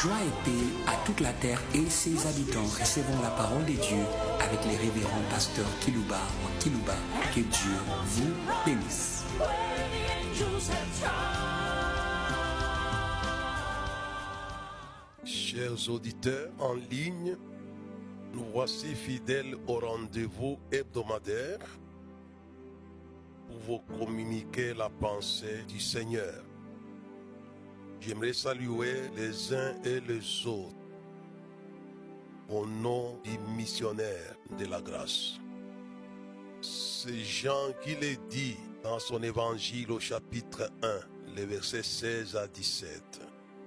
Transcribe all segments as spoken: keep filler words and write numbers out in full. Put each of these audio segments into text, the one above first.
Joie et paix à toute la terre et ses habitants. Recevons la parole de Dieu avec les révérends pasteurs Kilouba ou Kilouba. Que Dieu vous bénisse. Chers auditeurs en ligne, nous voici fidèles au rendez-vous hebdomadaire pour vous communiquer la pensée du Seigneur. J'aimerais saluer les uns et les autres au nom du missionnaire de la grâce. C'est Jean qui le dit dans son évangile au chapitre un, les versets seize à dix-sept.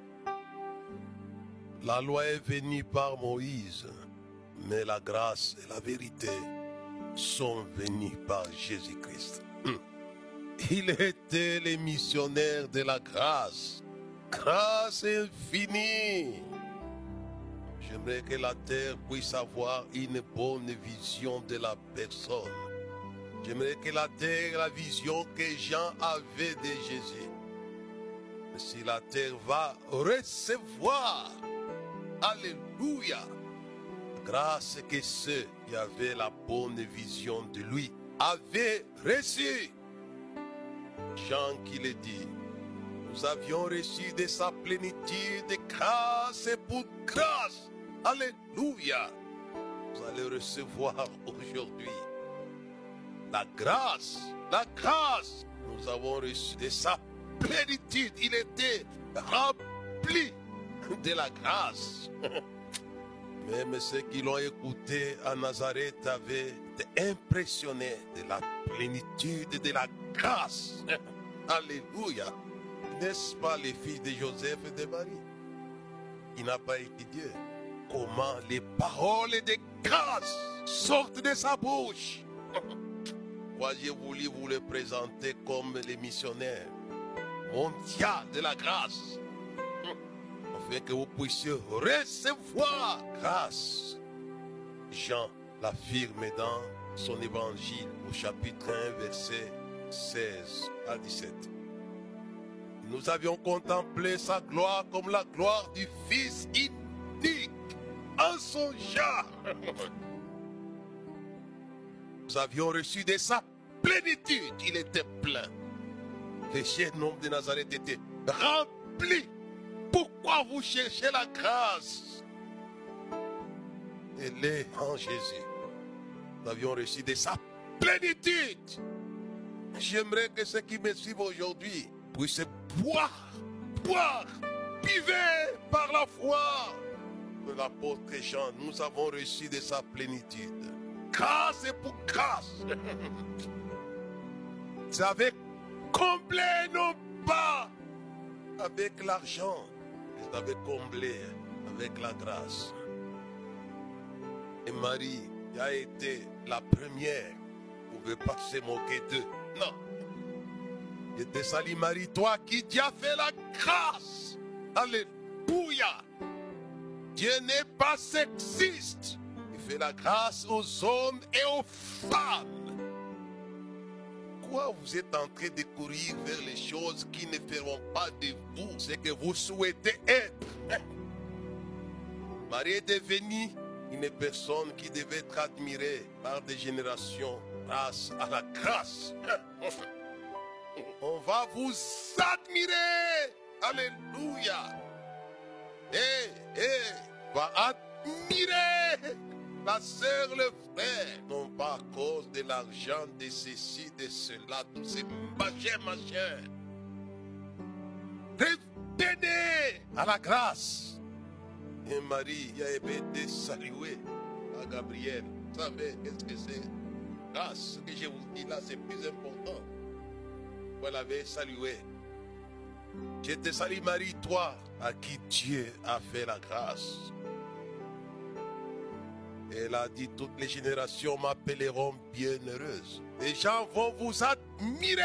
La loi est venue par Moïse, mais la grâce et la vérité sont venues par Jésus-Christ. Il était le missionnaire de la grâce. Grâce infinie. J'aimerais que la terre puisse avoir une bonne vision de la personne. J'aimerais que la terre ait la vision que Jean avait de Jésus. Mais si la terre va recevoir, alléluia, grâce que ceux qui avaient la bonne vision de lui avaient reçu. Jean qui le dit. Nous avions reçu de sa plénitude de grâce et pour grâce. Alléluia. Vous allez recevoir aujourd'hui la grâce. La grâce. Nous avons reçu de sa plénitude. Il était rempli de la grâce. Même ceux qui l'ont écouté à Nazareth avaient été impressionnés de la plénitude de la grâce. Alléluia. N'est-ce pas les fils de Joseph et de Marie? Il n'a pas étudié comment les paroles de grâce sortent de sa bouche. Moi, j'ai voulu vous le présenter comme les missionnaires mondiaux de la grâce, afin que vous puissiez recevoir grâce. Jean l'affirme dans son évangile au chapitre un, versets seize à dix-sept. Nous avions contemplé sa gloire comme la gloire du Fils unique en son genre. Nous avions reçu de sa plénitude. Il était plein. Le jeune homme de Nazareth était rempli. Pourquoi vous cherchez la grâce? Elle est en Jésus. Nous avions reçu de sa plénitude. J'aimerais que ceux qui me suivent aujourd'hui puissent boire, boire, buvez par la foi de l'apôtre Jean. Nous avons reçu de sa plénitude. Grâce et pour grâce. Vous avez comblé, non pas avec l'argent. Vous avez comblé avec la grâce. Et Marie a été la première. Vous ne pouvez pas se moquer d'eux. Non. Je te salue Marie, toi qui tu as fait la grâce. Alléluia. Dieu n'est pas sexiste. Il fait la grâce aux hommes et aux femmes. Pourquoi vous êtes en train de courir vers les choses qui ne feront pas de vous ce que vous souhaitez être? Marie est devenue une personne qui devait être admirée par des générations grâce à la grâce. On va vous admirer. Alléluia. Et, et, va admirer la sœur, le frère. Non pas à cause de l'argent, de ceci, de cela, tous ces machins, machins. Revenez à la grâce. Et Marie a été saluée à Gabriel. Vous savez, qu'est-ce que c'est? Grâce, ce que je vous dis là, c'est plus important. Vous l'avez salué. Je te salue Marie, toi à qui Dieu a fait la grâce. Elle a dit, toutes les générations m'appelleront bienheureuse. Les gens vont vous admirer.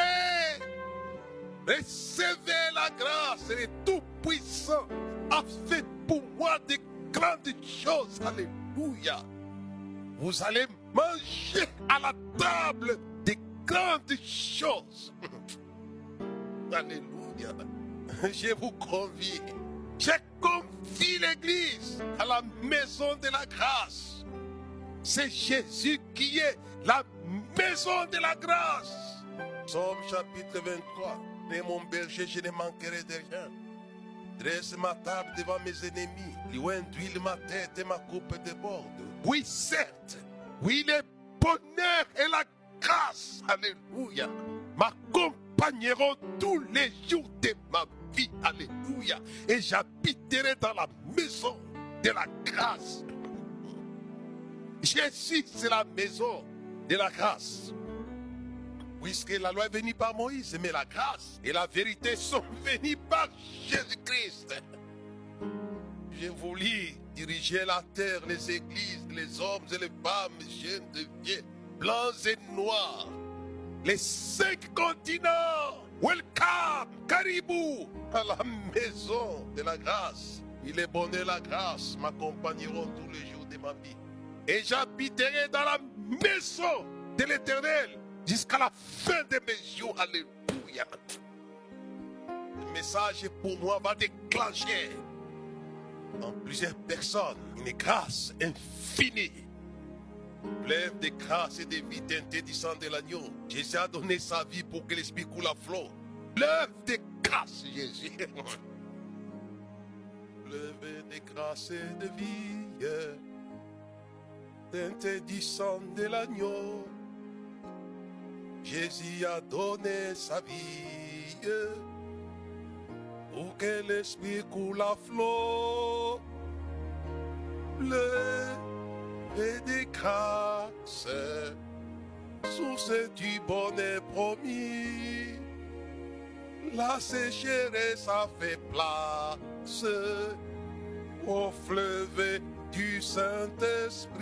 Recevez la grâce. Le Tout-Puissant a fait pour moi de grandes choses. Alléluia. Vous allez manger à la table de grandes choses. Alléluia. Je vous convie J'ai confié l'église à la maison de la grâce. C'est Jésus qui est la maison de la grâce. Psaume chapitre vingt-trois. Et mon berger, je ne manquerai de rien. Dresse ma table devant mes ennemis. Loin d'huile ma tête et ma coupe déborde. Oui, certes. Oui, le bonheur et la grâce, alléluia, m'accompagneront tous les jours de ma vie, alléluia. Et j'habiterai dans la maison de la grâce. Jésus, c'est la maison de la grâce. Puisque la loi est venue par Moïse, mais la grâce et la vérité sont venues par Jésus-Christ. J'ai voulu diriger la terre, les églises, les hommes et les femmes, jeunes et vieux, blancs et noirs, les cinq continents. Welcome, caribou, à la maison de la grâce. Il est bon et la grâce m'accompagneront tous les jours de ma vie. Et j'habiterai dans la maison de l'Éternel jusqu'à la fin de mes jours. Alléluia. Le message pour moi va déclencher en plusieurs personnes une grâce infinie. Fleuve de grâce et de vie teintée du sang de l'agneau. Jésus a donné sa vie pour que l'esprit coule à flot. Fleuve de grâce, Jésus. Fleuve de grâce et de vie teinté du sang de l'agneau. Jésus a donné sa vie pour que l'esprit coule à flot. Fleuve de grâce, source du bonheur promis. La sécheresse a fait place au fleuve du Saint-Esprit.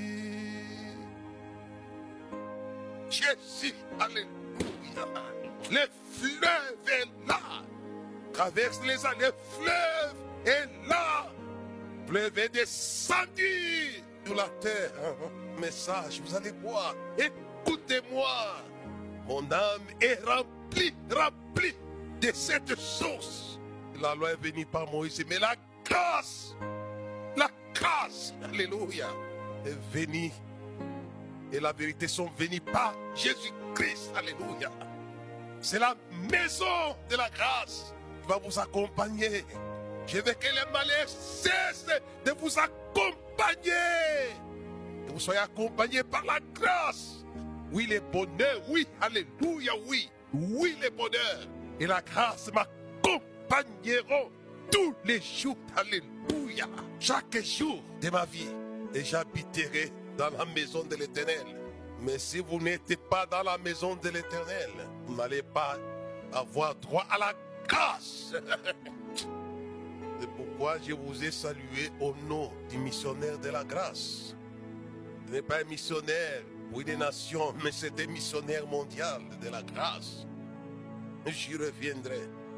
Jésus, alléluia. Le fleuve est là. Traverse les années, le fleuve est là. Le fleuve est descendu sur la terre. Message, vous allez voir. Écoutez-moi. Mon âme est remplie, remplie de cette source. La loi est venue par Moïse, mais la grâce, la grâce, alléluia, est venue. Et la vérité sont venues par Jésus-Christ, alléluia. C'est la maison de la grâce qui va vous accompagner. Je veux que les malheurs cessent de vous accompagner. Que vous soyez accompagnés par la grâce. Oui, le bonheur, oui, alléluia, oui. Oui, le bonheur et la grâce m'accompagneront tous les jours, alléluia. Chaque jour de ma vie. Et j'habiterai dans la maison de l'Éternel. Mais si vous n'êtes pas dans la maison de l'Éternel, vous n'allez pas avoir droit à la grâce. C'est pourquoi je vous ai salué au nom du missionnaire de la grâce. Ce n'est pas un missionnaire pour une nation, mais c'est un missionnaire mondial de la grâce. J'y reviendrai.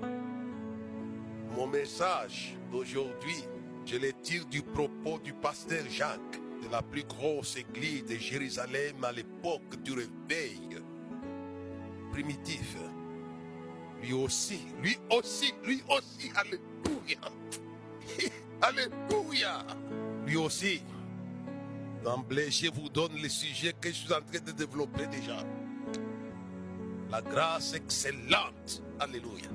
Mon message d'aujourd'hui, je le tire du propos du pasteur Jacques, de la plus grosse église de Jérusalem à l'époque du réveil primitif. Lui aussi, lui aussi, lui aussi, alléluia. Alléluia. Lui aussi. D'emblée, je vous donne le sujet que je suis en train de développer déjà. La grâce excellente. Alléluia.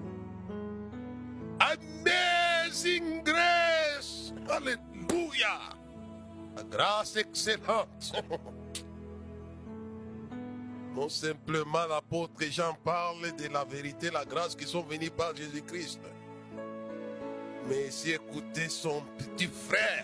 Amazing grace. Alléluia. La grâce excellente. Non simplement l'apôtre Jean parle de la vérité, la grâce qui sont venues par Jésus-Christ. Mais si écoutez son petit frère.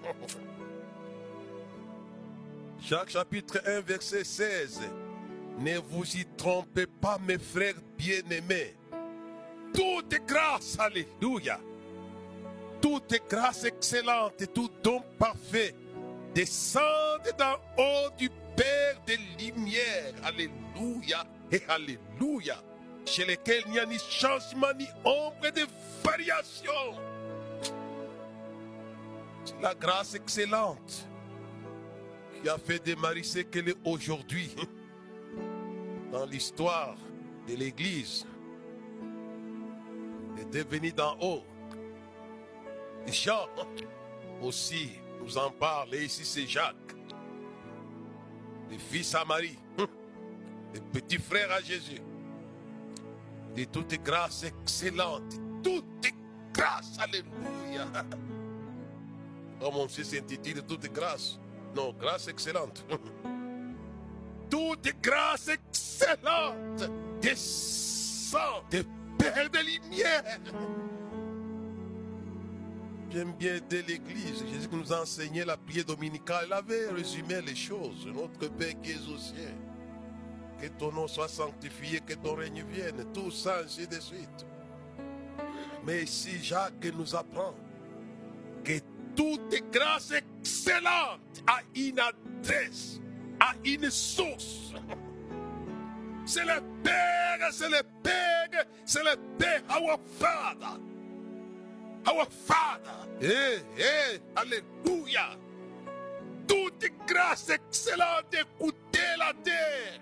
Jacques chapitre un verset seize. Ne vous y trompez pas mes frères bien-aimés. Toute grâce, alléluia. Toute grâce excellente et tout don parfait descend d'en haut du Père des Lumières. Alléluia et alléluia. Chez lequel il n'y a ni changement ni ombre de variation. C'est la grâce excellente qui a fait démarrer ce qu'elle est aujourd'hui dans l'histoire de l'Église. Elle est venue d'en haut. Jean aussi nous en parle. Et ici, c'est Jacques, le fils à Marie, le petit frère à Jésus. De toute grâce excellente, toute grâce, alléluia. Oh mon Dieu, s'intitule toute grâce. Non, grâce excellente. Toute grâce excellente descend des Pères de lumière. J'aime bien de l'Église. Jésus qui nous a enseigné la prière dominicale. Il avait résumé les choses. Notre Père qui est aux cieux, que ton nom soit sanctifié, que ton règne vienne. Tout ça, ainsi de suite. Mais ici, Jacques nous apprend que toute grâce excellente a une adresse, a une source. C'est le Père, c'est le Père, c'est le Père, our Father. Our Father. Eh, eh, alléluia. Toute grâce excellente, écoutez la terre.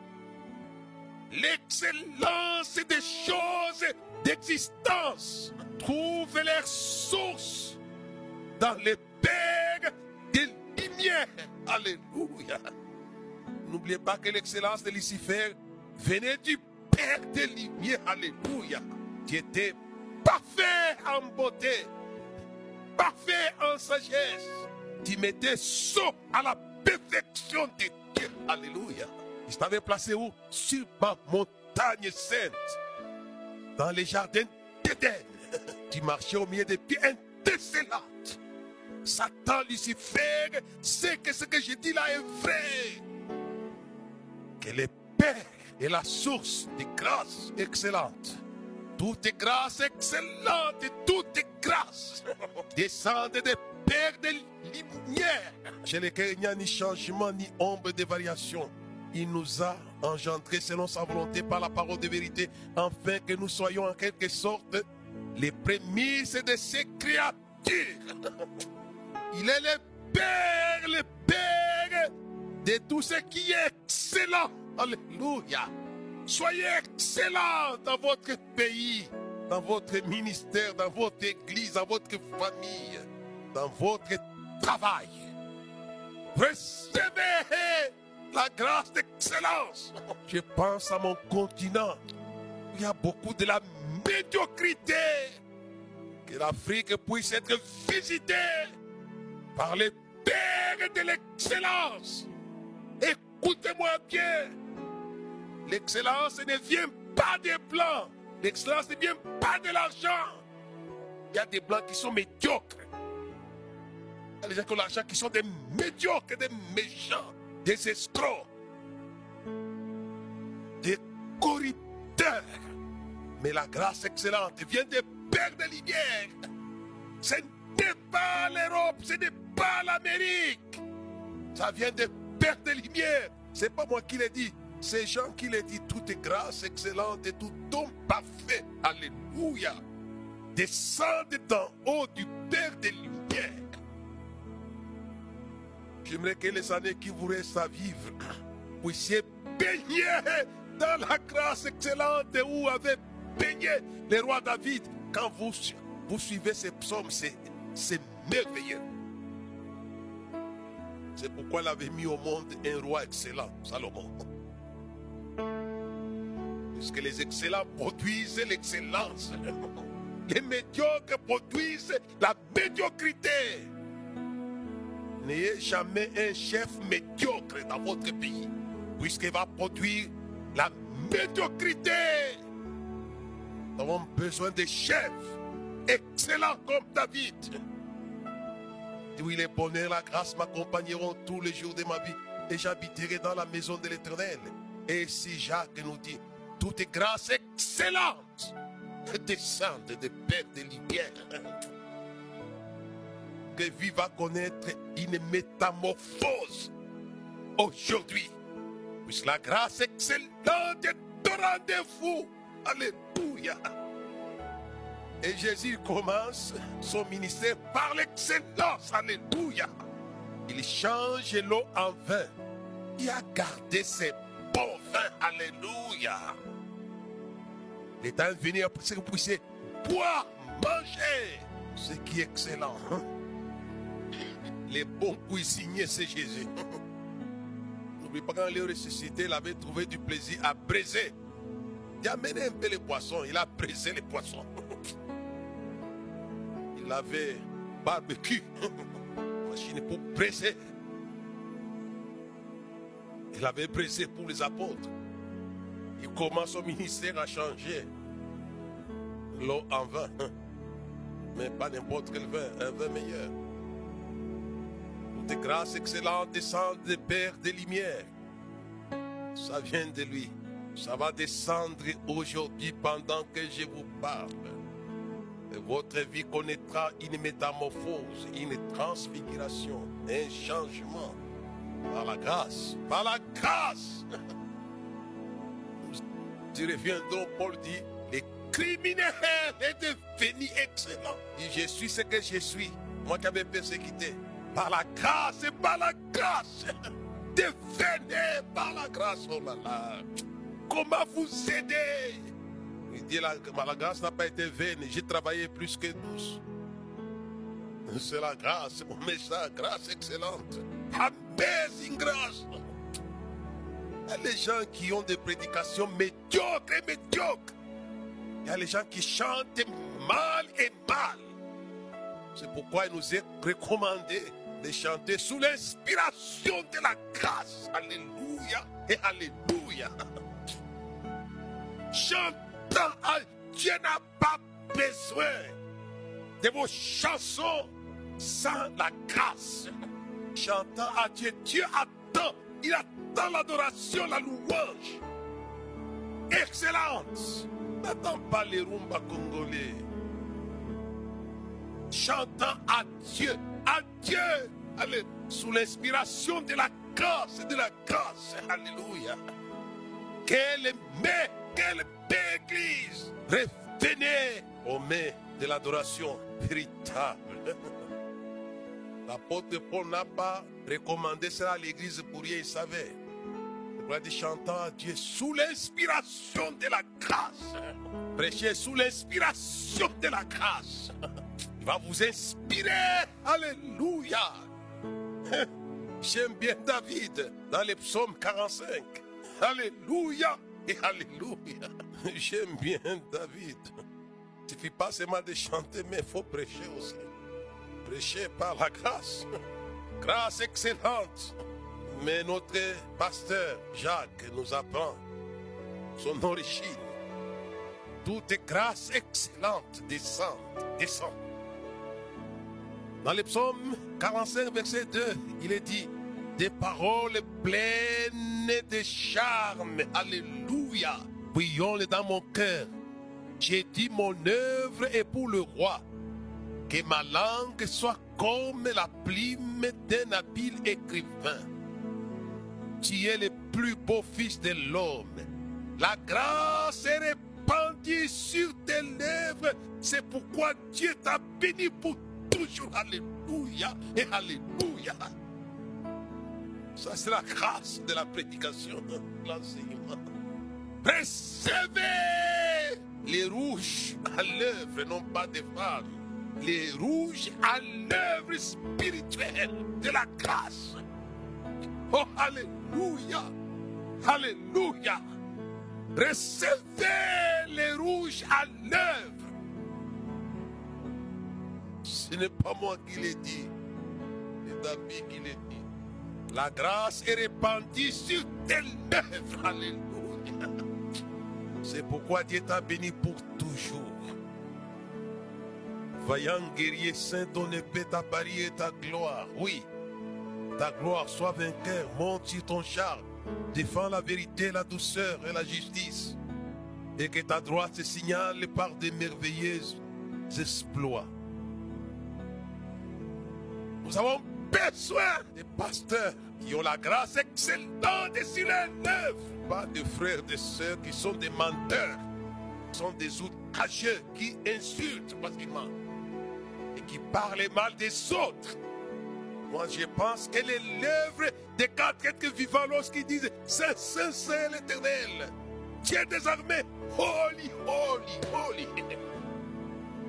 L'excellence des choses d'existence trouve leur source dans les Pères des lumières. Alléluia. N'oubliez pas que l'excellence de Lucifer venait du Père des lumières. Alléluia. Qui était parfait en beauté, parfait en sagesse, qui mettait saut à la perfection de Dieu. Alléluia. Il t'avait placé où? Sur ma montagne sainte, dans les jardins d'Éden. Tu marchais au milieu des pieds indécelates. Satan, Lucifer, sait que ce que je dis là est vrai. Que le Père est la source de grâce excellente. Toute grâce excellente et toute grâce descendent des Pères de lumière, chez lesquels il n'y a ni changement ni ombre de variation. Il nous a engendrés selon sa volonté par la parole de vérité, afin que nous soyons en quelque sorte les prémices de ses créatures. Il est le Père, le Père de tout ce qui est excellent. Alléluia. Soyez excellents dans votre pays, dans votre ministère, dans votre église, dans votre famille, dans votre travail. Recevez la grâce d'excellence. Je pense à mon continent. Il y a beaucoup de la médiocrité. Que l'Afrique puisse être visitée par les Pères de l'excellence. Écoutez-moi bien. L'excellence ne vient pas des blancs. L'excellence ne vient pas de l'argent. Il y a des blancs qui sont médiocres. Il y a des gens qui ont l'argent qui sont des médiocres, des méchants, des escrocs, des corrupteurs. Mais la grâce excellente vient des Pères de lumière. Ce n'est pas l'Europe, ce n'est pas l'Amérique. Ça vient des Pères de lumière. Ce n'est pas moi qui l'ai dit. Ces gens qui le disent, toute grâce excellente et tout don parfait, alléluia, descendent d'en haut du Père des lumières. J'aimerais que les années qui vous restent à vivre, puissiez baigner dans la grâce excellente où avait baigné le roi David. Quand vous, vous suivez ces psaumes, c'est merveilleux. C'est pourquoi il avait mis au monde un roi excellent, Salomon. Parce que les excellents produisent l'excellence. Les médiocres produisent la médiocrité. N'ayez jamais un chef médiocre dans votre pays, puisqu'il va produire la médiocrité. Nous avons besoin de chefs excellents comme David. Oui, les bonheurs, la grâce m'accompagneront tous les jours de ma vie, et j'habiterai dans la maison de l'Éternel. Et si Jacques nous dit, toute grâce excellente descende des Pères de lumière, que vie va connaître une métamorphose aujourd'hui, puisque la grâce excellente est au rendez-vous. Alléluia. Et Jésus commence son ministère par l'excellence. Alléluia. Il change l'eau en vin. Il a gardé ses bons vins. Alléluia. Le temps est venu pour que vous puissiez boire, manger Ce qui est excellent. Les bons cuisiniers, c'est Jésus. N'oublie pas quand il est ressuscité, il avait trouvé du plaisir à braiser. Il a amené un peu les poissons, il a braisé les poissons. Il avait barbecue, machine pour braiser. Il avait braisé pour les apôtres. Il commence son ministère à changer l'eau en vin. Mais pas n'importe quel vin, un vin meilleur. Toutes grâces excellentes descendent des pères des lumières. Ça vient de lui. Ça va descendre aujourd'hui pendant que je vous parle. Et votre vie connaîtra une métamorphose, une transfiguration, un changement. Par la grâce, par la grâce. Tu reviens donc, Paul dit, les criminels est devenu excellent. Et je suis ce que je suis. Moi qui avais persécuté. Par la grâce et par la grâce. Devenez par la grâce. Oh là là. Comment vous aider? Il dit, la, la grâce n'a pas été vaine. J'ai travaillé plus que tous. C'est la grâce, mon message, grâce excellente. Amazing grâce. Il y a les gens qui ont des prédications médiocres et médiocres. Il y a les gens qui chantent mal et mal. C'est pourquoi il nous est recommandé de chanter sous l'inspiration de la grâce. Alléluia et alléluia. Chantant à Dieu n'a pas besoin de vos chansons sans la grâce. Chantant à Dieu, Dieu attend, il attend l'adoration, la louange. Excellente. N'attends pas les rumba congolais. Chantant à Dieu, à Dieu, allez, sous l'inspiration de la grâce, de la grâce, alléluia. Quelle main, quelle belle église. Revenez au mains de l'adoration véritable. L'apôtre Paul n'a pas recommandé cela à l'église pour rien, il savait. Il a dit chantant à Dieu sous l'inspiration de la grâce. Prêchez sous l'inspiration de la grâce. Il va vous inspirer. Alléluia. J'aime bien David dans les psaumes quarante-cinq. Alléluia et alléluia. J'aime bien David. Il ne suffit pas seulement de chanter, mais il faut prêcher aussi. Prêcher par la grâce. Grâce excellente. Mais notre pasteur Jacques nous apprend son origine. Toute grâce excellente descend, descend. Dans le psaume quarante-cinq, verset deux, il est dit des paroles pleines de charme. Alléluia. Prions-le dans mon cœur. J'ai dit mon œuvre est pour le roi. Que ma langue soit comme la plume d'un habile écrivain. Tu es le plus beau fils de l'homme. La grâce est répandue sur tes lèvres. C'est pourquoi Dieu t'a béni pour toujours. Alléluia et alléluia. Ça c'est la grâce de la prédication, de l'enseignement. Recevez les rouges à l'œuvre, non pas des femmes. Les rouges à l'œuvre spirituelle de la grâce. Oh, alléluia. Alléluia. Recevez les rouges à l'œuvre. Ce n'est pas moi qui l'ai dit. C'est David qui l'a dit. La grâce est répandue sur tes lèvres. Alléluia. C'est pourquoi Dieu t'a béni pour toujours. Vaillant guerrier saint, ton épée, ta pari et ta gloire. Oui, ta gloire soit vainqueur, monte sur ton char. Défends la vérité, la douceur et la justice. Et que ta droite se signale par des merveilleux exploits. Nous avons besoin des pasteurs qui ont la grâce excellente sur les lèvres. Pas de frères et de sœurs qui sont des menteurs, qui sont des outrageux, qui insultent facilement et qui parlent mal des autres. Moi, je pense que les lèvres des quatre êtres vivants, lorsqu'ils disent Saint, Saint, Saint l'Éternel, Dieu des armées, holy, holy, holy. C'est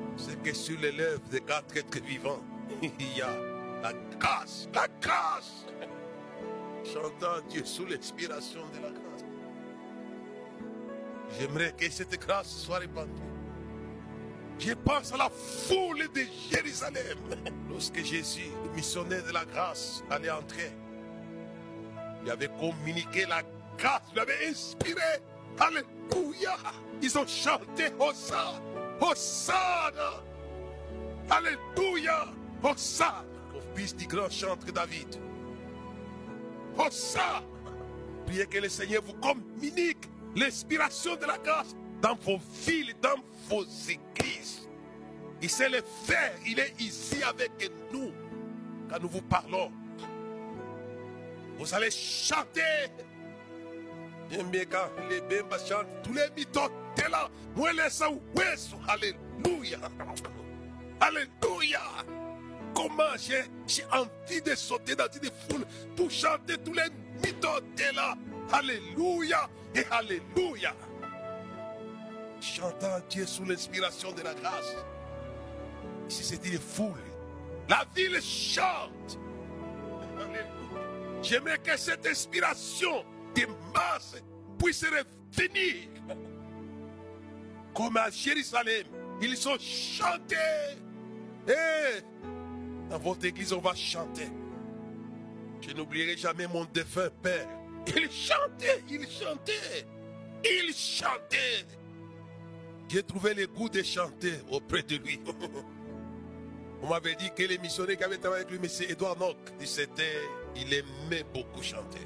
que sur les lèvres des quatre êtres vivants, il y a la grâce, la grâce. Chantant Dieu sous l'inspiration de la grâce. J'aimerais que cette grâce soit répandue. Je pense à la foule de Jérusalem. Lorsque Jésus, le missionnaire de la grâce, allait entrer, il avait communiqué la grâce, il avait inspiré. Alléluia. Ils ont chanté Hosanna, Hosanna. Alléluia, Hosanna. Au fils du grand chanteur David. Hosanna. Priez que le Seigneur vous communique l'inspiration de la grâce dans vos villes, dans vos églises. Il sait le faire. Il est ici avec nous quand nous vous parlons. Vous allez chanter. J'aime bien quand les bébés chantent. Tous les mythos de là. Moi, les ça, alléluia. Alléluia. Comment j'ai, j'ai envie de sauter dans une foule pour chanter tous les mythos de là. Alléluia et alléluia. Chantant Dieu sous l'inspiration de la grâce. Ici c'est une foule. La ville chante. Alléluia. J'aimerais que cette inspiration des masses puisse revenir. Comme à Jérusalem, ils ont chanté. Et dans votre église, on va chanter. Je n'oublierai jamais mon défunt père. Il chantait, il chantait, il chantait. J'ai trouvé le goût de chanter auprès de lui. On m'avait dit que les missionnaires qui avaient travaillé avec lui, M. Edouard Nock, c'était, il aimait beaucoup chanter.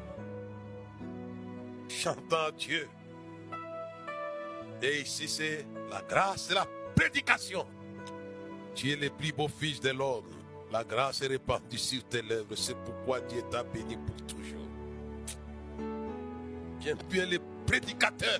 Chantant Dieu. Et ici, c'est la grâce et la prédication. Tu es le plus beau fils de l'homme. La grâce est répandue sur tes lèvres. C'est pourquoi Dieu t'a béni pour toujours. J'aime bien les prédicateurs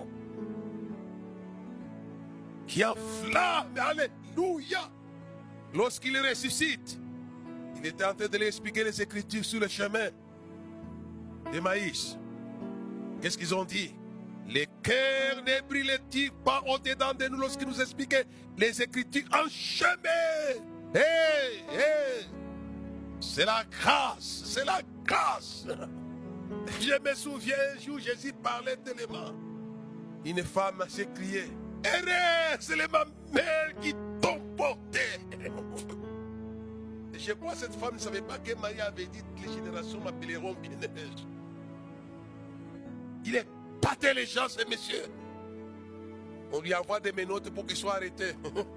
qui enflamment, alléluia. Lorsqu'il ressuscite, il était en train de lui expliquer les Écritures sur le chemin de Maïs. Qu'est-ce qu'ils ont dit? Les cœurs ne brillent-ils pas au-dedans de nous lorsqu'il nous expliquait les Écritures en chemin? Hey, hey. C'est la grâce, c'est la grâce. Je me souviens un jour, Jésus parlait tellement. Une femme s'est criée, heureuse, c'est les mamelles qui t'ont porté. Je crois que cette femme ne savait pas que Marie avait dit que les générations m'appelleront bien-heureuse. Il est pas intelligent, ce monsieur. On lui envoie des menottes pour qu'il soit arrêté.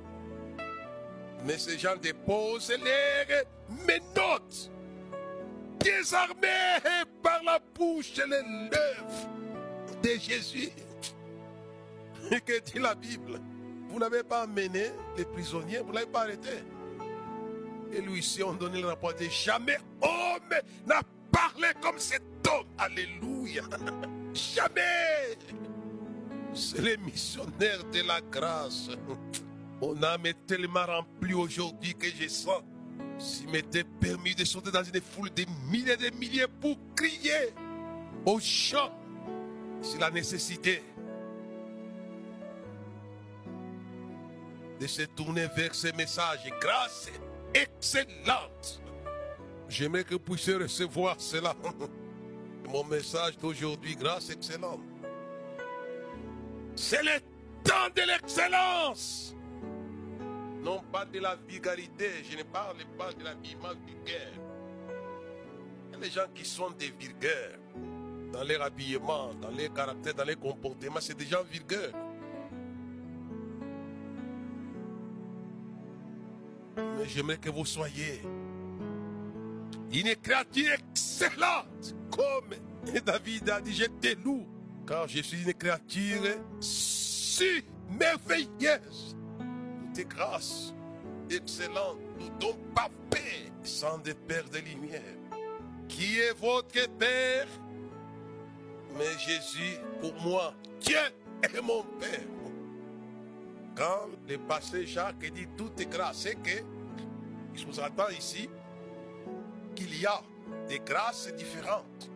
Mais ces gens déposent les menottes. Désarmés par la bouche et les lèvres de Jésus. Et que dit la Bible? Vous n'avez pas amené les prisonniers, vous ne l'avez pas arrêté. Et lui ici, on donnait le rapport de jamais homme n'a parlé comme cet homme. Alléluia. Jamais. C'est les missionnaires de la grâce. Mon âme est tellement remplie aujourd'hui que je sens, s'il m'était permis de sauter dans une foule de milliers et de milliers pour crier au chant, c'est la nécessité de se tourner vers ces messages. Grâce excellente. J'aimerais que vous puissiez recevoir cela. Mon message d'aujourd'hui, grâce excellente. C'est le temps de l'excellence. Non pas de la vulgarité. Je ne parle pas de l'habillement vulgaire. Il y a des gens qui sont des vulgaires. Dans leur habillement, dans leur caractère, dans leur comportement. C'est des gens vulgaires. Mais j'aimerais que vous soyez une créature excellente. Comme David a dit, j'étais lourd. Car je suis une créature si merveilleuse. Tout est grâce, excellente, nous dons pas paix, sans de Père de lumière. Qui est votre Père? Mais Jésus, pour moi, Dieu est mon Père. Quand le pasteur Jacques dit tout est grâce, c'est que il nous attend ici qu'il y a des grâces différentes.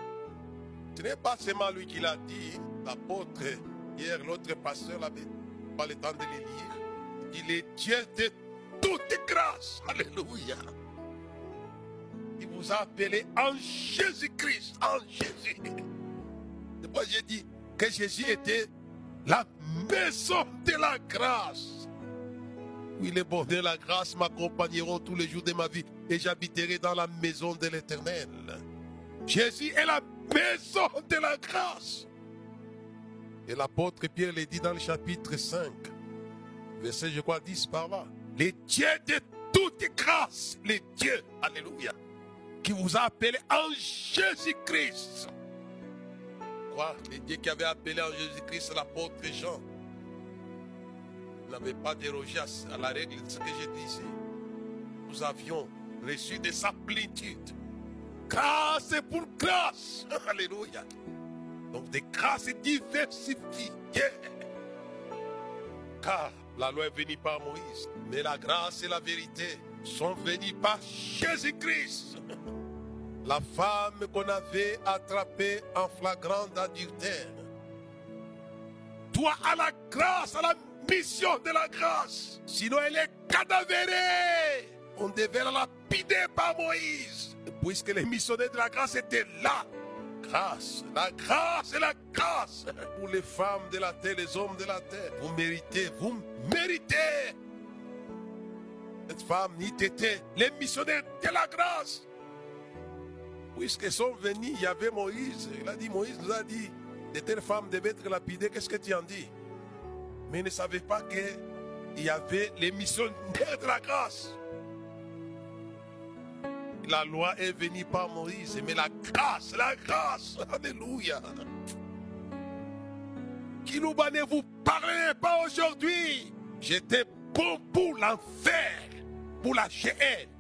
Ce n'est pas seulement lui qui l'a dit, l'apôtre, hier l'autre pasteur l'avait pas le temps de les lire. Il est Dieu de toute grâce. Alléluia. Il vous a appelé en Jésus-Christ. En Jésus. C'est pourquoi j'ai dit que Jésus était la maison de la grâce. Oui, les bonheurs de la grâce m'accompagneront tous les jours de ma vie et j'habiterai dans la maison de l'Éternel. Jésus est la maison de la grâce. Et l'apôtre Pierre le dit dans le chapitre cinq, verset je crois dix par là. Les dieux de toute grâce, les dieux, alléluia, qui vous a appelé en Jésus-Christ. Quoi? Les dieux qui avaient appelé en Jésus-Christ l'apôtre Jean n'avaient pas dérogé à la règle de ce que j'ai dit ici. Nous avions reçu de sa plénitude. Grâce pour grâce. Alléluia. Donc des grâces diversifiées. Car la loi est venue par Moïse, mais la grâce et la vérité sont venues par Jésus-Christ. La femme qu'on avait attrapée en flagrant adultère. Toi à la grâce, à la mission de la grâce. Sinon elle est cadavérée. On devait la lapider par Moïse. Puisque les missionnaires de la grâce étaient là. Grâce, la grâce et la grâce. Pour les femmes de la terre, les hommes de la terre. Vous méritez, vous méritez. Cette femme ni était les missionnaires de la grâce. Puisqu'ils sont venus, il y avait Moïse. Il a dit, Moïse nous a dit, de telles femmes devaient être lapidées. Qu'est-ce que tu en dis? Mais ils ne savaient pas qu'il y avait les missionnaires de la grâce. La loi est venue par Moïse, mais la grâce, la grâce, alléluia. Kilouba, ne vous parlez pas aujourd'hui. J'étais bon pour l'enfer, pour la géhenne.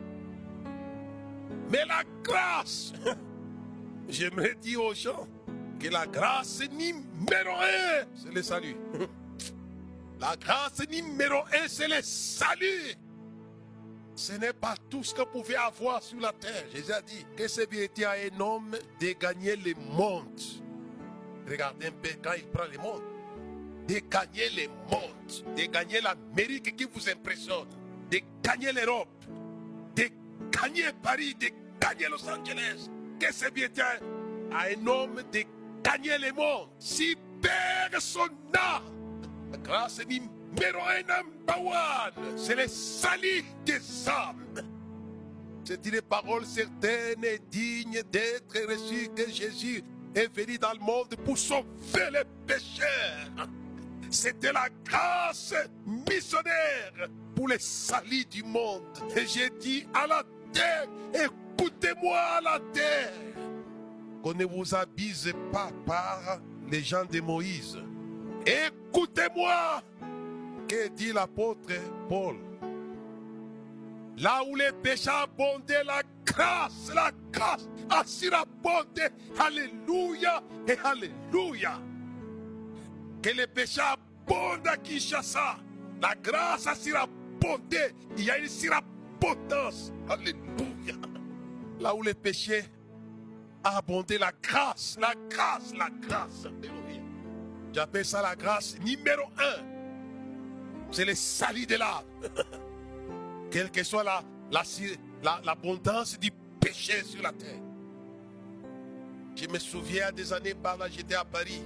Mais la grâce, j'aimerais dire aux gens que la grâce numéro un, c'est le salut. La grâce numéro un, c'est le salut. Ce n'est pas tout ce que vous pouvez avoir sur la terre. Jésus a dit que c'est bien à un homme de gagner le monde. Regardez un peu quand il prend le monde. De gagner le monde. De gagner l'Amérique qui vous impressionne. De gagner l'Europe. De gagner Paris. De gagner Los Angeles. Que c'est bien à un homme de gagner le monde. Si personne n'a la grâce numéro un, number one, c'est le salut des âmes. C'est une parole certaine et digne d'être reçue que Jésus est venu dans le monde pour sauver les pécheurs. C'était la grâce missionnaire pour le salut du monde. Et j'ai dit à la terre, écoutez-moi à la terre, qu'on ne vous abuse pas par les gens de Moïse. Écoutez-moi. Que dit l'apôtre Paul? Là où les péchés abondaient, la grâce, la grâce a surabondé. Alléluia et alléluia. Que les péchés abondent à Kinshasa. La grâce a surabondé. Il y a une surabondance. Alléluia. Là où les péchés a abondé, la grâce, la grâce, la grâce. Alléluia. J'appelle ça la grâce numéro un. C'est le salut de l'âme. Quelle que soit la, la, la, l'abondance du péché sur la terre. Je me souviens, à des années par là, j'étais à Paris.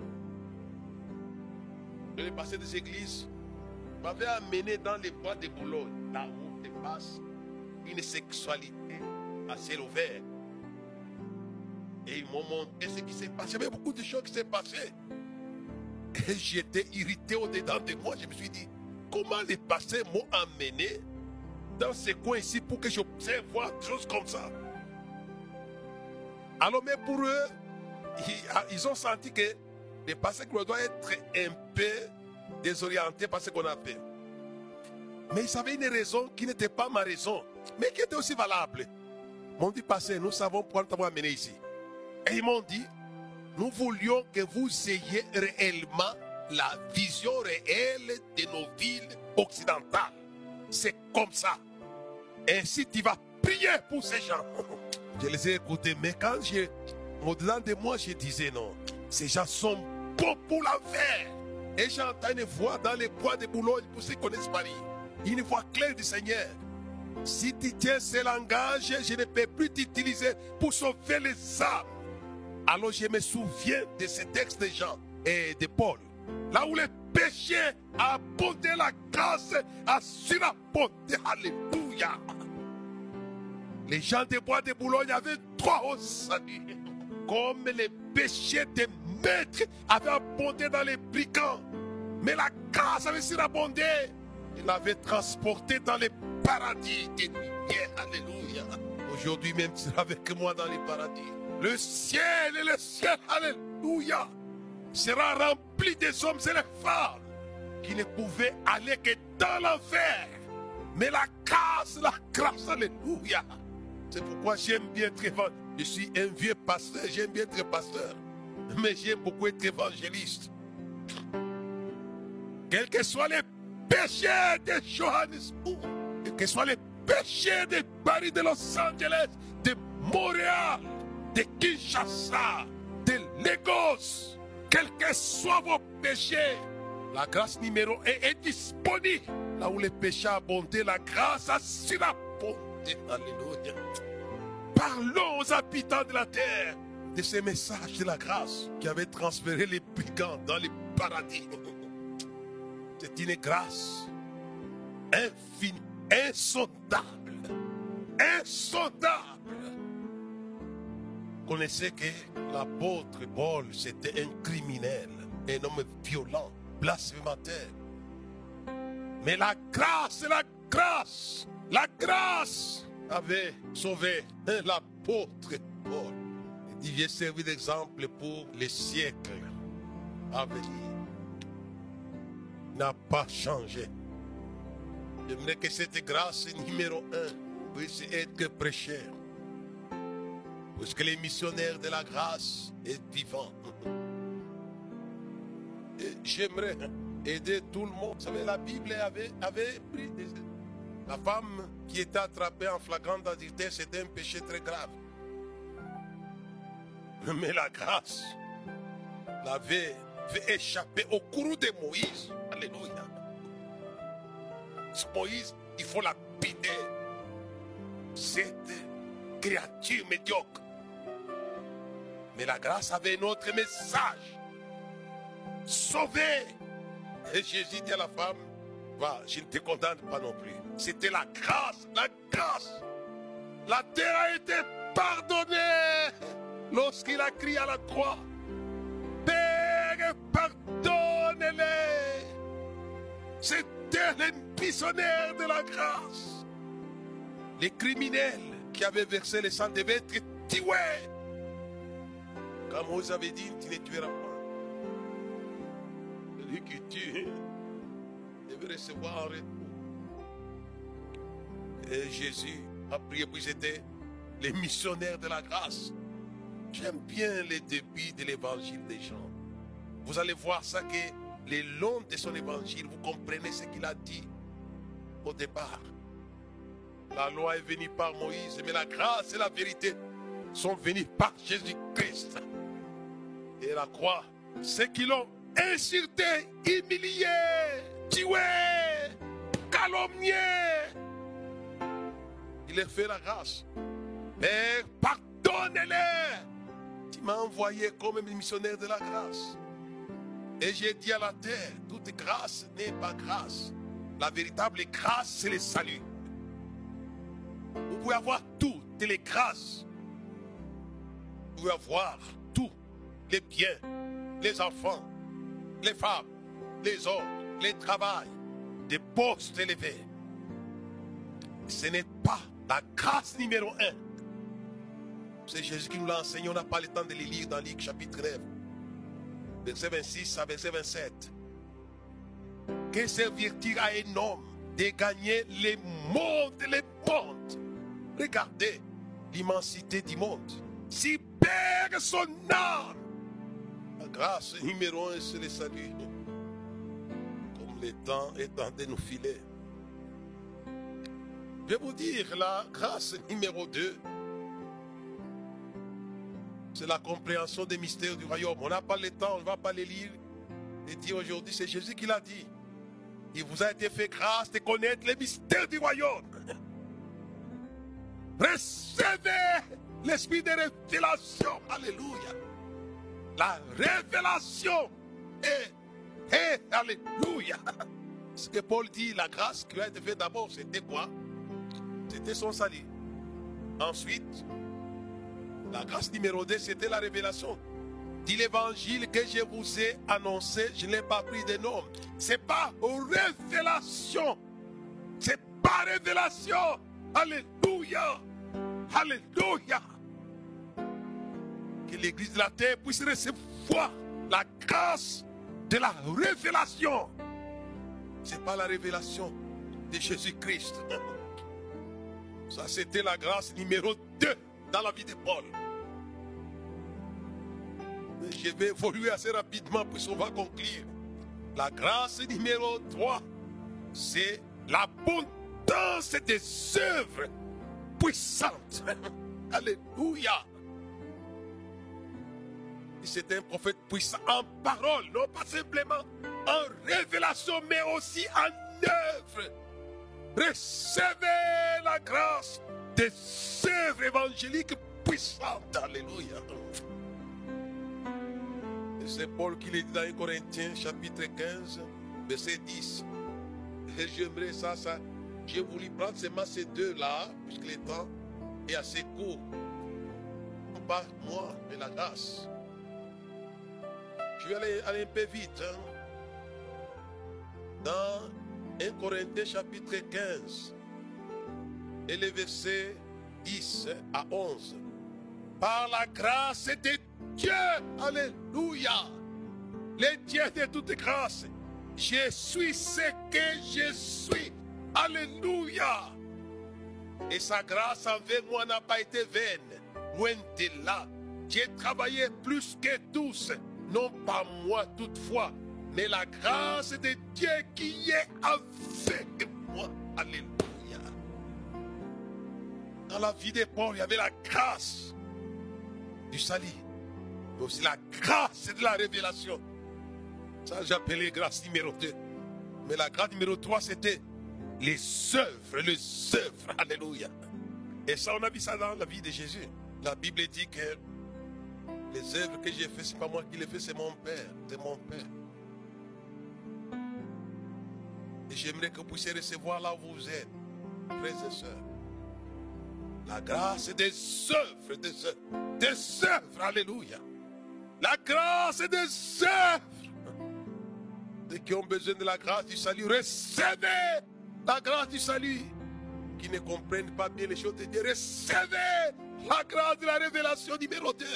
Je passé des églises. Je m'avais amené dans les bois de Boulogne, là où se passe une sexualité à ciel ouvert. Et ils m'ont montré ce qui s'est passé. Il y avait beaucoup de choses qui s'est passées. Et j'étais irrité au-dedans de moi. Je me suis dit, comment les pasteurs m'ont amené dans ce coin ici pour que j'observe voir des choses comme ça. Alors, mais pour eux, ils, ils ont senti que les pasteurs doivent être un peu désorientés par ce qu'on a fait. Mais ils avaient une raison qui n'était pas ma raison, mais qui était aussi valable. Ils m'ont dit, pasteur, nous savons pourquoi nous t'avons amené ici. Et ils m'ont dit, nous voulions que vous ayez réellement la vision réelle de nos villes occidentales. C'est comme ça. Ainsi, tu vas prier pour ces gens. Je les ai écoutés, mais quand j'ai, au-delà de moi, je disais non. Ces gens sont bons pour l'enfer. Et j'entends une voix dans les bois de Boulogne, pour ceux qui connaissent Paris. Une voix claire du Seigneur. Si tu tiens ce langage, je ne peux plus t'utiliser pour sauver les âmes. Alors je me souviens de ce texte de Jean et de Paul. Là où le péché a abondé, la grâce a surabondé. Alléluia. Les gens des bois de Boulogne avaient droit au salut. Comme les péchés des maîtres avaient abondé dans les brigands. Mais la grâce avait surabondé. Il l'avait transporté dans les paradis des lumières. Alléluia. Aujourd'hui même, tu seras avec moi dans les paradis. Le ciel et le ciel, alléluia, sera rempli des hommes et des femmes qui ne pouvaient aller que dans l'enfer. Mais la grâce, la grâce, alléluia. C'est pourquoi j'aime bien être évangéliste. Je suis un vieux pasteur, j'aime bien être pasteur. Mais j'aime beaucoup être évangéliste. Quels que soient les péchés de Johannesburg, quels que soient les péchés de Paris, de Los Angeles, de Montréal, de Kinshasa, de Lagos, quels que soient vos péchés, la grâce numéro un est disponible. Là où les péchés abondent, la grâce a surabondé. Alléluia. Parlons aux habitants de la terre de ces messages de la grâce qui avaient transféré les brigands dans les paradis. C'est une grâce infinie, insondable, insondable. Vous connaissez que l'apôtre Paul, c'était un criminel, un homme violent, blasphémateur. Mais la grâce, la grâce, la grâce avait sauvé l'apôtre Paul. Il vient servir d'exemple pour les siècles à venir. Il n'a pas changé. J'aimerais que cette grâce numéro un puisse être prêchée. Puisque les missionnaires de la grâce est vivant. Et j'aimerais aider tout le monde. Vous savez, la Bible avait, avait pris des... La femme qui était attrapée en flagrant adultère, c'était un péché très grave. Mais la grâce l'avait fait échapper au courroux de Moïse. Alléluia. Moïse, il faut la piner. Cette créature médiocre. Mais la grâce avait un autre message. Sauver. Et Jésus dit à la femme, va, je ne te condamne pas non plus. C'était la grâce, la grâce. La terre a été pardonnée lorsqu'il a crié à la croix. Père, pardonne-les. C'était les missionnaires de la grâce. Les criminels qui avaient versé le sang devaient être tués. Comme Moïse avait dit, tu ne tueras pas. Celui qui tue devait recevoir en retour. Et Jésus a prié, puis c'était les missionnaires de la grâce. J'aime bien les débuts de l'évangile des gens. Vous allez voir ça que le long de son évangile, vous comprenez ce qu'il a dit au départ. La loi est venue par Moïse, mais la grâce et la vérité sont venues par Jésus-Christ. Et la croix, ceux qui l'ont insulté, humilié, tué, calomnié, il a fait la grâce. Mais pardonne-les. Tu m'as envoyé comme missionnaire de la grâce. Et j'ai dit à la terre, toute grâce n'est pas grâce. La véritable grâce, c'est le salut. Vous pouvez avoir toutes les grâces. Vous pouvez avoir tous les biens, les enfants, les femmes, les hommes, les travails, des postes élevés. Ce n'est pas la grâce numéro un. C'est Jésus qui nous l'a enseigné. On n'a pas le temps de les lire dans Luc chapitre neuf. Verset vingt-six à verset vingt-sept. Que servir-il à un homme de gagner le monde, le monde? Regardez l'immensité du monde. Si perd son âme. La grâce numéro un, c'est le salut. Comme le temps est en train de nous filer. Je vais vous dire, la grâce numéro deux, c'est la compréhension des mystères du royaume. On n'a pas le temps, on ne va pas les lire. Et dit aujourd'hui, c'est Jésus qui l'a dit. Il vous a été fait grâce de connaître les mystères du royaume. Recevez l'esprit de révélation. Alléluia. La révélation est, est alléluia. Ce que Paul dit, la grâce qui a été faite d'abord, c'était quoi? C'était son salut. Ensuite, la grâce numéro deux, c'était la révélation. Dit l'évangile que je vous ai annoncé, je ne l'ai pas pris de nom. C'est pas révélation. C'est pas révélation. Alléluia. Alléluia. Que l'église de la terre puisse recevoir la grâce de la révélation. C'est pas la révélation de Jésus-Christ. Ça, c'était la grâce numéro deux dans la vie de Paul. Mais je vais évoluer assez rapidement puisqu'on va conclure. La grâce numéro trois, c'est l'abondance des œuvres puissantes. Alléluia. C'est un prophète puissant en parole, non pas simplement en révélation, mais aussi en œuvre. Recevez la grâce des œuvres évangéliques puissantes. Alléluia. Et c'est Paul qui le dit dans un Corinthiens chapitre quinze, verset dix. Et j'aimerais ça, ça. J'ai voulu prendre seulement ces deux-là, puisque le temps est assez court. Non pas moi, mais la grâce. Je vais aller, aller un peu vite. Hein. Dans un Corinthiens chapitre quinze, et les versets dix à onze. Par la grâce de Dieu, alléluia, le Dieu de toute grâce, je suis ce que je suis, alléluia. Et sa grâce envers moi n'a pas été vaine, loin de là. J'ai travaillé plus que tous, non pas moi toutefois, mais la grâce de Dieu qui est avec moi, alléluia. Dans la vie de Paul, il y avait la grâce du salut, mais aussi la grâce de la révélation. Ça, j'appelais grâce numéro deux. Mais la grâce numéro trois, c'était les œuvres, les œuvres, alléluia. Et ça, on a vu ça dans la vie de Jésus. La Bible dit que les œuvres que j'ai faites, ce n'est pas moi qui les fais, c'est mon Père, c'est mon Père. Et j'aimerais que vous puissiez recevoir là où vous êtes, frères et sœurs. La grâce des œuvres, des œuvres, des œuvres, alléluia. La grâce des œuvres. Ceux qui ont besoin de la grâce du salut, recevez la grâce du salut. Qui ne comprennent pas bien les choses de Dieu, recevez la grâce de la révélation numéro deux.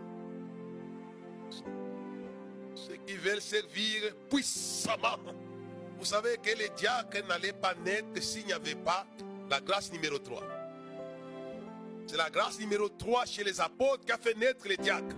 Ceux qui veulent servir puissamment. Vous savez que les diacres n'allaient pas naître s'il n'y avait pas la grâce numéro trois. C'est la grâce numéro trois chez les apôtres qui a fait naître les diacres.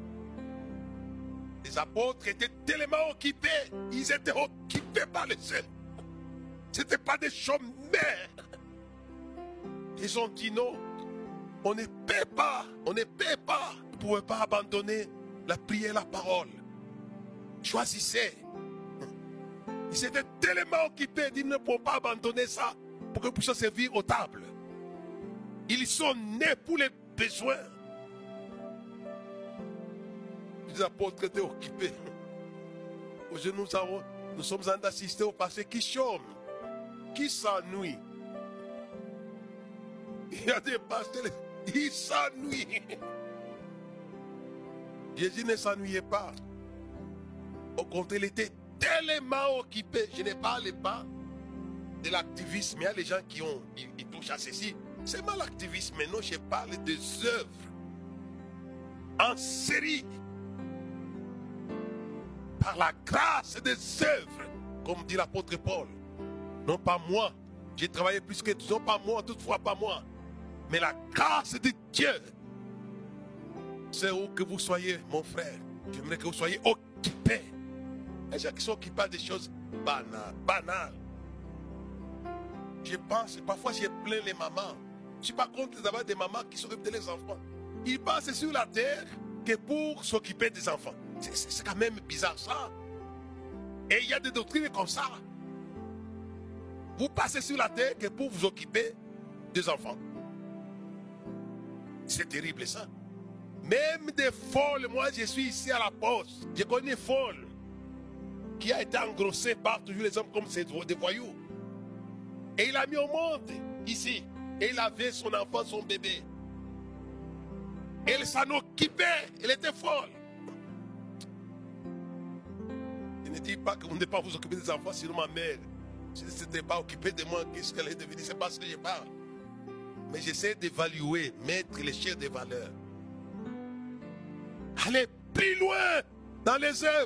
Les apôtres étaient tellement occupés, ils étaient occupés par les cieux. Ce n'étaient pas des chômeurs. Ils ont dit non, on ne paie pas, on ne paie pas. Vous ne pouvez pas abandonner la prière, la parole. Choisissez. Ils étaient tellement occupés, ils ne peuvent pas abandonner ça pour que vous puissiez servir aux tables. Ils sont nés pour les besoins. Les apôtres étaient occupés. Aujourd'hui, nous, avons, nous sommes en train d'assister au passé qui chôment, qui s'ennuient. Il y a des pasteurs, ils s'ennuient. Jésus ne s'ennuyait pas. Au contraire, il était tellement occupé. Je ne parle pas de l'activisme. Il y a les gens qui ont, ils, ils touchent à ceci. C'est mal l'activisme, mais non, je parle des œuvres en série. Par la grâce des œuvres, comme dit l'apôtre Paul. Non pas moi, j'ai travaillé plus que tous, non pas moi, toutefois pas moi. Mais la grâce de Dieu. C'est où que vous soyez, mon frère. J'aimerais que vous soyez occupés. Les gens qui sont occupés des choses banales, banales. Je pense, parfois j'ai plaint les mamans. Je ne suis pas contre d'avoir des mamans qui s'occupent de leurs enfants. Ils passent sur la terre que pour s'occuper des enfants. C'est quand même bizarre ça. Et il y a des doctrines comme ça. Vous passez sur la terre que pour vous occuper des enfants. C'est terrible ça. Même des folles, moi je suis ici à la poste. Je connais une folle qui a été engrossée par toujours les hommes comme des voyous. Et il a mis au monde ici. Et il avait son enfant, son bébé. Elle s'en occupait. Elle était folle. Je ne dis pas que vous ne devez pas vous occuper des enfants, sinon ma mère, si elle ne s'était pas occupée de moi, qu'est-ce qu'elle est devenue? C'est pas ce que je parle. Mais j'essaie d'évaluer, mettre les chairs des valeurs. Aller plus loin dans les œuvres.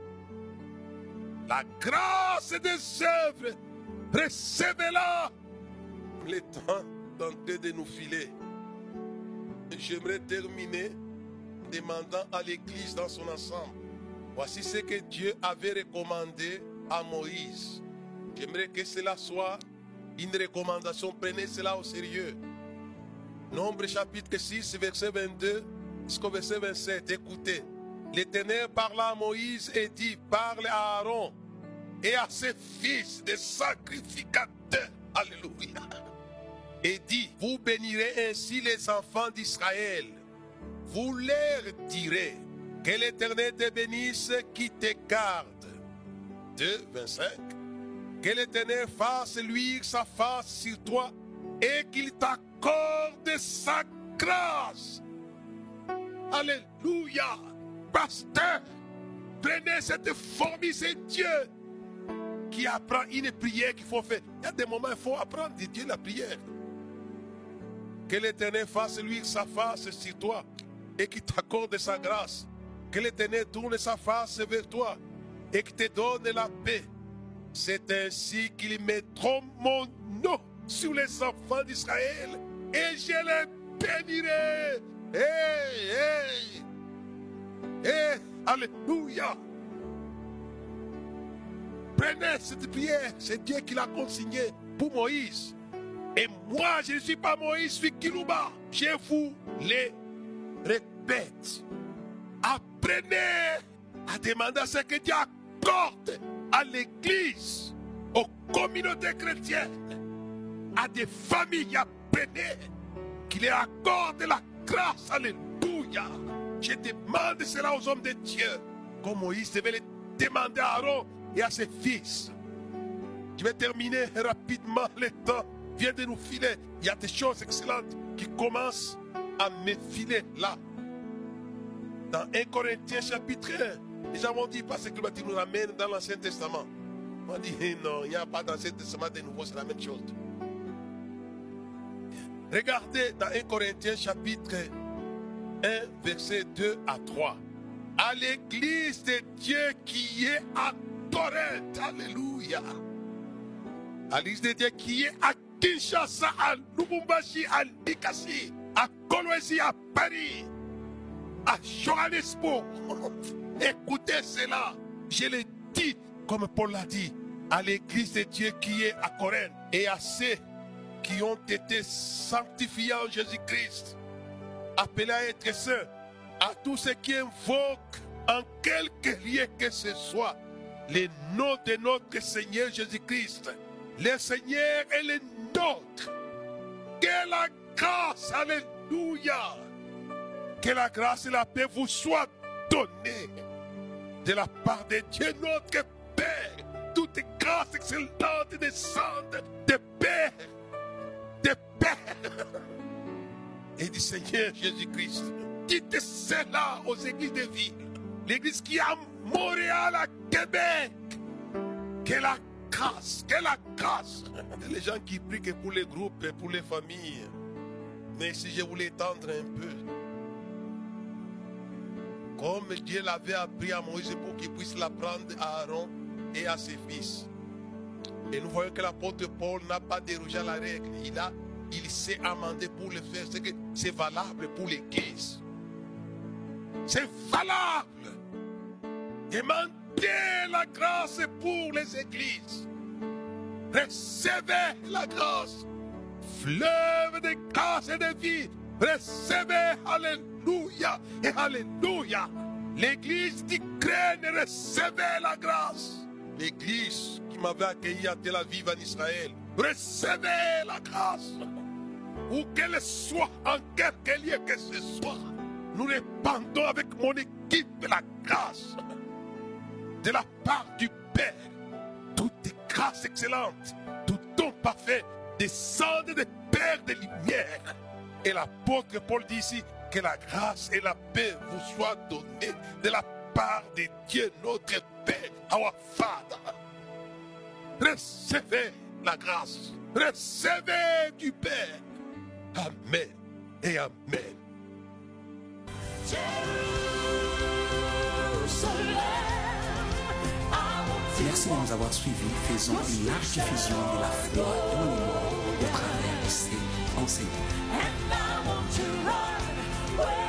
La grâce des œuvres, recevez-la. Le temps tenté de nous filer. J'aimerais terminer demandant à l'Église dans son ensemble. Voici ce que Dieu avait recommandé à Moïse. J'aimerais que cela soit une recommandation. Prenez cela au sérieux. Nombre chapitre six, verset vingt-deux jusqu'au verset vingt-sept. Écoutez. L'Éternel parla à Moïse et dit, parle à Aaron et à ses fils des sacrificateurs. Alléluia. Et dit, vous bénirez ainsi les enfants d'Israël. Vous leur direz, que l'Éternel te bénisse qui te garde. deux, vingt-cinq. Que l'Éternel fasse luire sa face sur toi et qu'il t'accorde sa grâce. Alléluia. Pasteur, prenez cette formule, c'est Dieu qui apprend une prière qu'il faut faire. Il y a des moments où il faut apprendre de Dieu la prière. Que l'Éternel fasse luire sa face sur toi et qu'il t'accorde sa grâce. Que l'Éternel tourne sa face vers toi et qu'il te donne la paix. C'est ainsi qu'ils mettront mon nom sur les enfants d'Israël et je les bénirai. Hey, hey, hey, alléluia. Prenez cette prière, c'est Dieu qui l'a consignée pour Moïse. Et moi, je ne suis pas Moïse, je suis Kilouba. Je vous les répète. Apprenez à demander ce que Dieu accorde à l'Église, aux communautés chrétiennes, à des familles. Apprenez qu'il leur accorde la grâce. Alléluia. Je demande cela aux hommes de Dieu, comme Moïse devait le demander à Aaron et à ses fils. Je vais terminer rapidement, le temps vient de nous filer. Il y a des choses excellentes qui commencent à me filer là. Dans un Corinthiens chapitre un, les gens m'ont dit, parce que tu nous amène dans l'Ancien Testament. On m'a dit, non, il n'y a pas dans l'Ancien Testament de nouveau, c'est la même chose. Regardez dans un Corinthiens chapitre un, verset deux à trois. À l'église de Dieu qui est à Corinthe, alléluia. À l'église de Dieu qui est à Kinshasa, à Lubumbashi, à Likasi, à Kolwezi, à Paris, à Johannesburg. Écoutez cela, je le dis comme Paul l'a dit, à l'église de Dieu qui est à Corinthe et à ceux qui ont été sanctifiés en Jésus-Christ, appelés à être saints, à tous ceux qui invoquent en quelque lieu que ce soit le nom de notre Seigneur Jésus-Christ. Le Seigneur est le nôtre. Que la grâce, alléluia, que la grâce et la paix vous soient données de la part de Dieu notre Père. Toute grâce excellente descende de Père, de Père et du Seigneur Jésus-Christ. Dites cela aux églises de ville. L'église qui est à Montréal, à Québec. Que la grâce, que la grâce. Les gens qui prient que pour les groupes et pour les familles. Mais si je voulais étendre un peu. Comme Dieu l'avait appris à Moïse pour qu'il puisse l'apprendre à Aaron et à ses fils. Et nous voyons que l'apôtre Paul n'a pas dérogé à la règle. Il a, il s'est amendé pour le faire. C'est que c'est valable pour l'église. C'est valable. Demandez la grâce pour les églises. Recevez la grâce. Fleuve de grâce et de vie. Recevez, alléluia et alléluia. L'église d'Ukraine, recevez la grâce. l'église qui m'avait accueilli à Tel Aviv en Israël. Recevez la grâce. Où qu'elle soit, en quelque lieu que ce soit, nous répandons avec mon équipe la grâce de la part du Père. Toute grâce excellente, tout don parfait descendent des Pères de lumière. Et l'apôtre Paul dit ici que la grâce et la paix vous soient données de la part de Dieu notre Père, our Father. Recevez la grâce, recevez du Père. Amen et amen. Merci de nous avoir suivis. Faisons une large diffusion de la foi dans le monde au travers de ces enseignements.